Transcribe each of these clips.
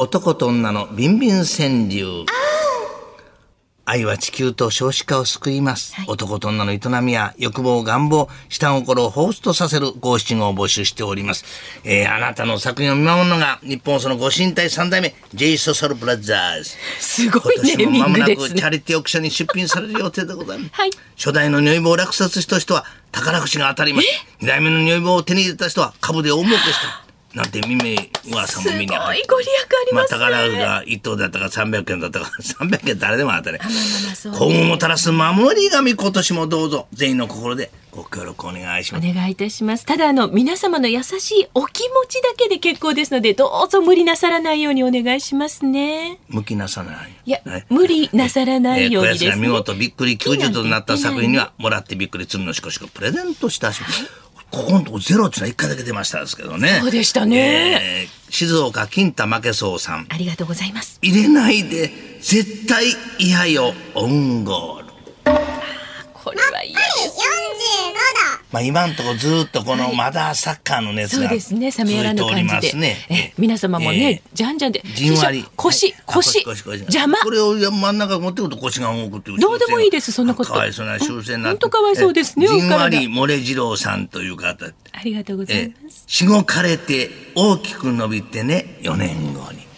男と女のビンビン川柳。愛は地球と少子化を救います、はい、男と女の営みや欲望願望下心を彷彿とさせる五七五を募集しております、あなたの作品を見守るのが日本そのご神体3代目 J ソソルブラザーズ。 すごいネーミングですね。 今年も間もなくチャリティーオークションに出品される予定でございます、 はい、 初代の如意棒を落札した人は宝くじが当たります。2代目の如意棒を手に入れた人は株で大儲けしたなんて耳噂も見にある。すごいご利益ありますね。 宝くじが1等だったか300円だったか300円誰でも当たる。幸運をもたらす守り神、今年もどうぞ全員の心でご協力お願いします。 お願いいたします。ただ皆様の優しいお気持ちだけで結構ですのでどうぞ無理なさらないようにお願いしますね。 無理なさらない。 いや、はい、無理なさらないようにですね。 小安が見事びっくり90度になった作品にはもらってびっくり鶴のしこしこプレゼントしたします。ここのとこゼロってのは1回だけ出ましたですけどね。 そうでしたね、 静岡金太負けそうさん、 ありがとうございます。 入れないで絶対嫌よオウンゴール。 これは嫌です。 今のところずっとこのまだサッカーの熱が続いておりますね。 皆様もね、じゃんじゃんでじんわり腰邪魔。 これを真ん中持ってくると腰が動くっていう。 どうでもいいですそんなこと。 かわいそうな修正になって。 本当かわいそうですね。 じんわり漏れ次郎さんという方。 ありがとうございます。 しごかれて大きく伸びてね4年後に。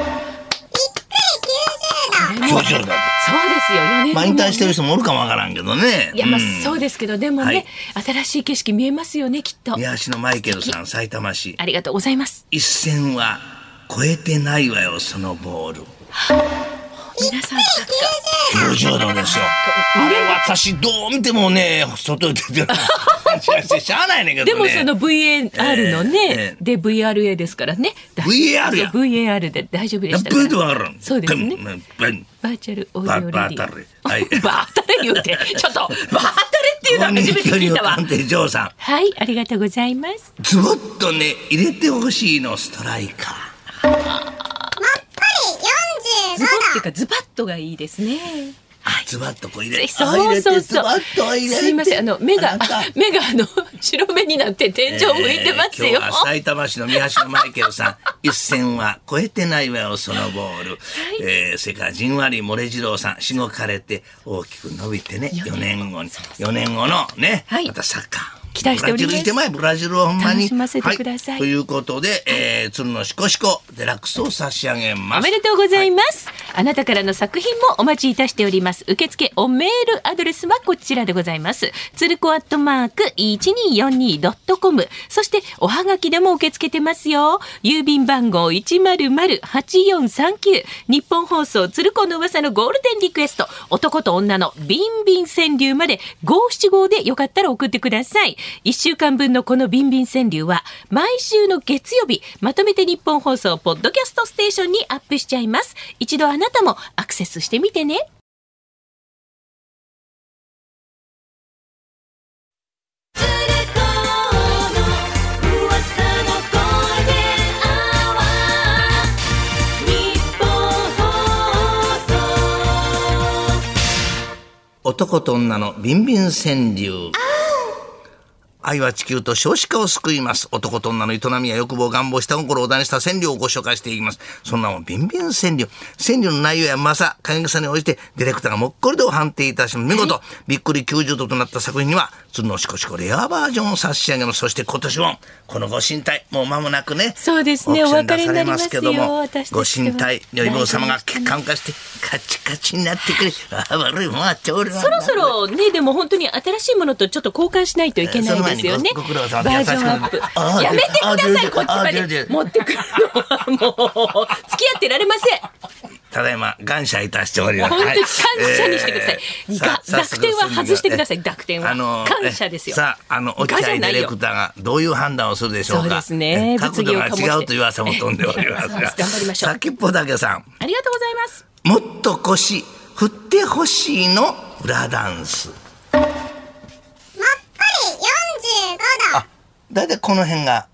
そうですよ4年後、引退してる人もおるかもわからんけどね。 いやそうですけどでもね、新しい景色見えますよねきっと。 宮橋のマイケルさん埼玉市。 ありがとうございます。 一線は越えてないわよそのボール。 皆さん 90度ですよ。あれ私どう見てもね外に出てるしゃあないねんけどね。 でもその VAR のね、で VRA ですからね。 VAR や VAR で大丈夫でしたから。そうですね。バーチャルオーディオレディオ。バータレ言うてちょっとバータレっていうのは初めて聞いたわ。 ジョーさん、 はい、ありがとうございます。 ズボッとね入れてほしいのストライカー。 ズボっていうかズバッとがいいですね。 ズバッとこう入れて。 そうすいません目が白目になって天井向いてますよ。 今日は埼玉市の宮橋のマイケルさん一線は越えてないわよそのボール、それからじんわり漏れ次郎さんしごかれて大きく伸びてね4年後のね、またサッカー期待しております。 ブラジルをほんまに楽しませてください、 ということで、鶴のしこしこデラックスを差し上げます。 おめでとうございます、あなたからの作品もお待ちいたしております。受付おメールアドレスはこちらでございます。つるこ@1242.com。 そしておはがきでも受け付けてますよ。郵便番号 100-8439 日本放送つるこの噂のゴールデンリクエスト男と女のビンビン川柳まで575でよかったら送ってください。1週間分のこのビンビン川柳は毎週の月曜日まとめて日本放送ポッドキャストステーションにアップしちゃいます。一度あなたもアクセスしてみてね。 男と女のビンビン川柳。愛は地球と少子化を救います。男と女の営みや欲望願望下心を題にした川柳をご紹介していきます。そんなもんビンビン川柳。川柳の内容やまさ過激さに応じてディレクターがもっこりと判定いたします。見事、びっくり90度となった作品には鶴のしこしこレアバージョンを差し上げます。そして今年もこのご神体もう間もなくね、 そうですね、お別れになりますけども、 ご神体如意棒様が血管化してカチカチになってくる。悪いもんはちょうどそろそろね、でも本当に新しいものとちょっと交換しないといけないですよね。バージョンアップやめてください。こっちまで持ってくるのはもう付き合ってられません。 ただいま感謝いたしております。 本当に感謝にしてください、濁点は外してください。濁点は感謝ですよ。 さあ落合ディレクターがどういう判断をするでしょうか。 そうですね、 角度が違うという噂も飛んでおりますが頑張りましょう。 先っぽだけさん、 ありがとうございます。 もっと腰振ってほしいのフラダンス。だいたいこの辺が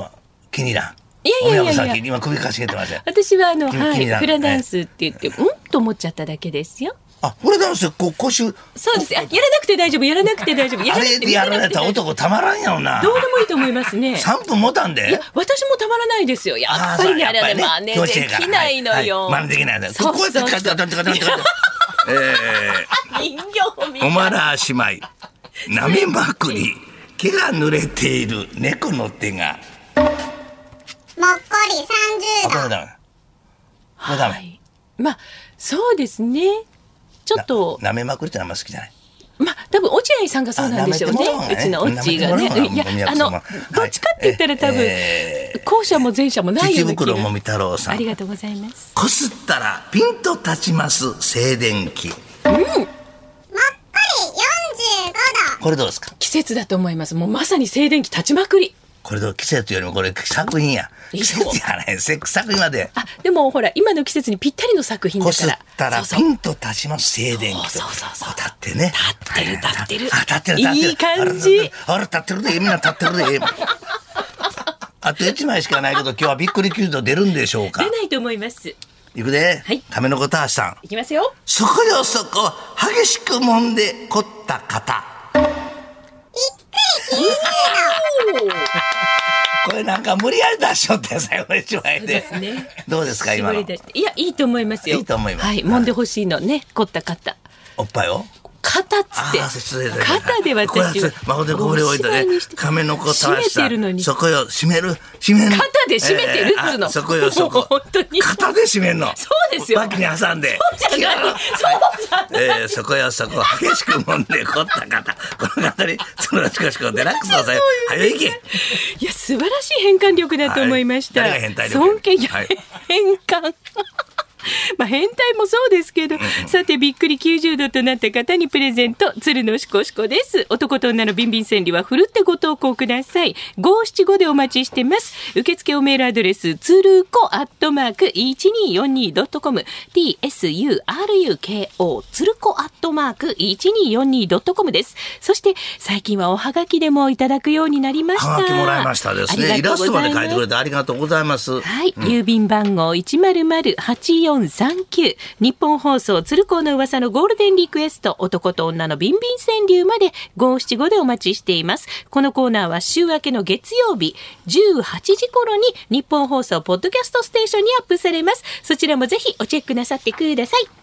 気に入らん。 いや今首かしげてません。 私はフラダンスって言ってとと思っちゃっただけですよ。 これダンス腰。 そうです。やらなくて大丈夫、やらなくて大丈夫。 あれでやられたら男たまらんやろな。 どうでもいいと思いますね。 3分持たんで。 いや、私もたまらないですよ。やっぱりね、あれはね、真似できないのよ。 真似できない。こうやってカタカタカタカタ。 人形みたい。 おまら姉妹、舐めまくり、毛が濡れている猫の手が。 もっこり30度。 これダメ。これダメ。 まあ、そうですね。ちょっと舐めまくりってあんま好きじゃない。 まあ、多分落合さんがそうなんでしょうね。うちのオッチーがね。いや、どっちかって言ったら多分、後者も前者もないような気が。 土袋もみ太郎さん。 ありがとうございます。 こすったらピンと立ちます静電気。 もっこり45度。 これどうですか？ 季節だと思います。もうまさに静電気立ちまくり。 これ季節よりもこれ作品や。季節じゃない、作品まで。 でもほら、今の季節にぴったりの作品だから。 こすったらピンと立ちます静電気。 そう。 立ってね。 立ってる。 立ってる。 いい感じ。 あれ立ってるで、みんな立ってるで。あと1枚しかないけど、今日はびっくり9度出るんでしょうか？ 出ないと思います。 いくで。 はい。 亀の子たわしさん。 いきますよ。 そこよそこ、激しく揉んで凝った肩。これなんか無理やり出しよって最後の一枚で。どうですか今の？いや、いいと思いますよ。 いいと思います。 はい、揉んでほしいのね、凝った肩。 おっぱいを？ 肩っつって。肩で私は。 まほでこぼれ置いてね。亀の子たわしさん。そこよ、締める。 肩で締めてるっつの。 そこよ、そこ。 本当に。 肩で締めんの。 そうですよ。 脇に挟んで。 そうじゃない。 そこよ、そこ。激しく揉んで凝った肩。この方に、そのしこしこデラックスをさえ。はよ行け。 いや、素晴らしい変換力だと思いました。 誰が変態力？ 尊敬、変換。まあ変態もそうですけど、さてびっくり90度となった方にプレゼント、鶴のしこしこです。男と女のビンビン川柳はふるってご投稿ください。575でお待ちしてます。受付おメールアドレス、つるこ@1242.com、tsuruko つるこ@1242.com です。そして最近はおはがきでもいただくようになりました。 はがきもらいましたですね。イラストまで書いてくれてありがとうございます。 はい、郵便番号100-8439、日本放送鶴光の噂のゴールデンリクエスト、男と女のビンビン川柳まで575でお待ちしています。このコーナーは週明けの月曜日18時頃に日本放送ポッドキャストステーションにアップされます。そちらもぜひおチェックなさってください。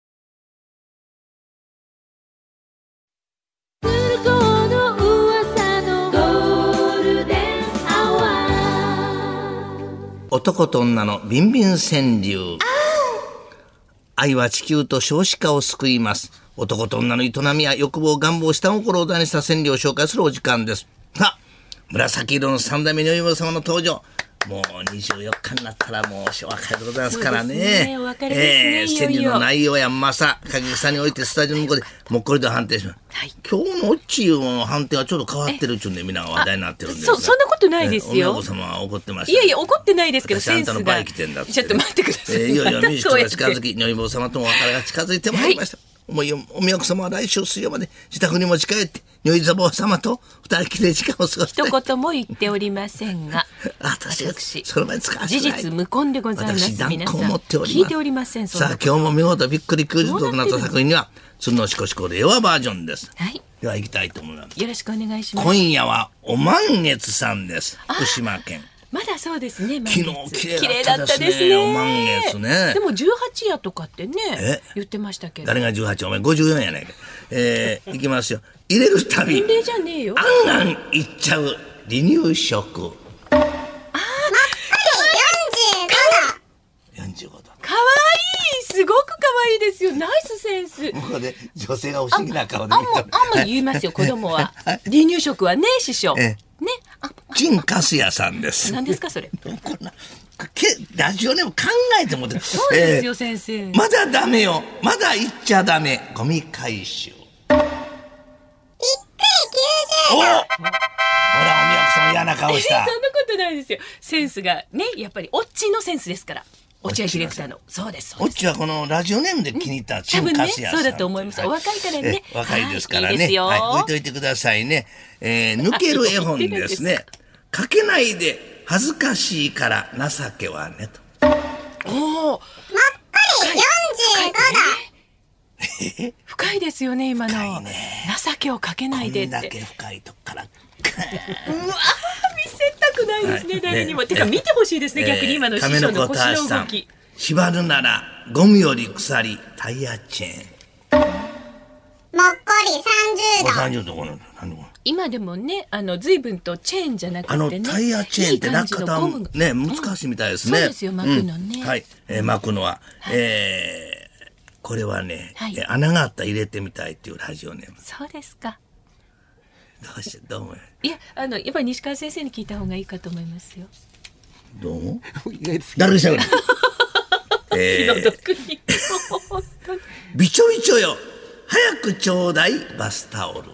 男と女のビンビン川柳。愛は地球と少子化を救います。男と女の営みや欲望願望下心を題にした川柳を紹介するお時間です。紫色の三代目如意棒様の登場。もう24日になったらもうお別れでございますからね。 お別れですね。 川柳の内容やまさかげさにおいてスタジオの向こうでもっこりと判定します。今日のオッチーの判定はちょっと変わってるっちゅうんでみんなが話題になってるんですが、 そんなことないですよ。 お親御様は怒ってました。 いやいや怒ってないですけど、 センスがあんたの倍来てんだって、 ちょっと待ってください。 いよいよ民主党が近づき、如意棒様とも別れが近づいてまいりました。お宮子様は来週水曜まで自宅に持ち帰って如意棒様と二人きりで時間を過ごしたい。 一言も言っておりませんが、 私その前使わせ事実無根でございます。 私断固を持っております。 聞いておりません。 さあ今日も見事びっくり90度となった作品には鶴のしこしこ令和バージョンです。 はい。 では行きたいと思います。 よろしくお願いします。 今夜はお満月さんです。福島県。 まだそうですね。 昨日綺麗だったですね。お満月ね。 でも18夜とかってね言ってましたけど。 誰が18？お前54やないか。行きますよ。入れるたび年齢じゃねえよ。 あんあんいっちゃう離乳食。45度。 かわいい、すごくかわいいですよ。ナイスセンス。 ここで女性が不思議な顔で見てる。あんも言いますよ、子供は。離乳食はね、師匠。ね。 陳カスヤさんです。 何ですかそれ。 ラジオでも考えてもって。 そうですよ、先生。 まだダメよ。まだ言っちゃダメ。ゴミ回収。おほら、お宮子さん嫌な顔した。 そんなことないですよ。センスがね、やっぱりオッチのセンスですから。落合ディレクターの。そうです。 オッチはこのラジオネームで気に入った陳カスヤさん。 そうだと思います。お若いからね。 若いですからね。はい、置いといてくださいね。抜ける絵本ですね。書けないで恥ずかしいから情けはねと。 もっこり45 深いですよね今の。 深いね。 情けをかけないでって。 こんだけ深いとこから。 うわ見せたくないですね、誰にも。てか見てほしいですね、逆に今の師匠の腰の動き。 縛るならゴムより鎖タイヤチェーン。 もっこり30度。 30度この何これ。 今でもね随分とチェーンじゃなくてね、 タイヤチェーンってなかたね難しいみたいですね。 そうですよ、巻くのね。 はい、巻くのは、これはね、 はい、 穴があったら入れてみたいっていうラジオネーム。 そうですか。 どうも。 いややっぱり西川先生に聞いた方がいいかと思いますよ。 どうも。誰でしたか。 気の毒にびちょびちょよ早くちょうだいバスタオル。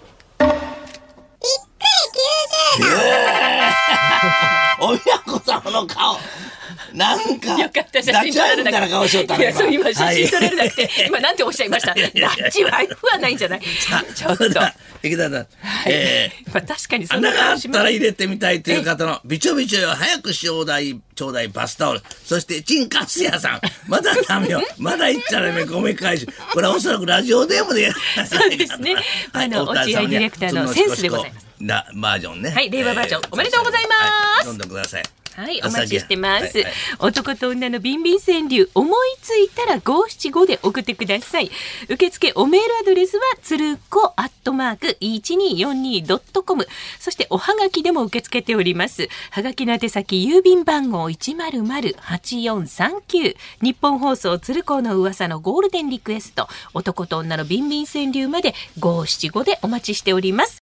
おみやこ様の顔なんかよかった、写真撮られなくて。 ダッチワイフみたいな顔しよったね。 いやそう今写真撮られなくて、今なんておっしゃいました。ダッチワイフはないんじゃない。ちょっと池田さん、 まあ確かにそんな穴があっ顔します。 たら入れてみたいという方のびちょびちょよ早くちょうだいバスタオル。そしてチンカスヤさんまだダメよまだ言っちゃダメごめ返し。これはおそらくラジオデームでやる。 そうですね。落合ディレクターのセンスでございます。 バージョンね。 はい、令和バージョン、おめでとうございます。 どんどんください。 はい、お待ちしてます。 はいはい、 男と女のビンビン川柳、思いついたら575で送ってください。受付おメールアドレスはつるこ@1242.com。そしておはがきでも受け付けております。はがきの宛先郵便番号100-8439。日本放送つるこの噂のゴールデンリクエスト、男と女のビンビン川柳まで575でお待ちしております。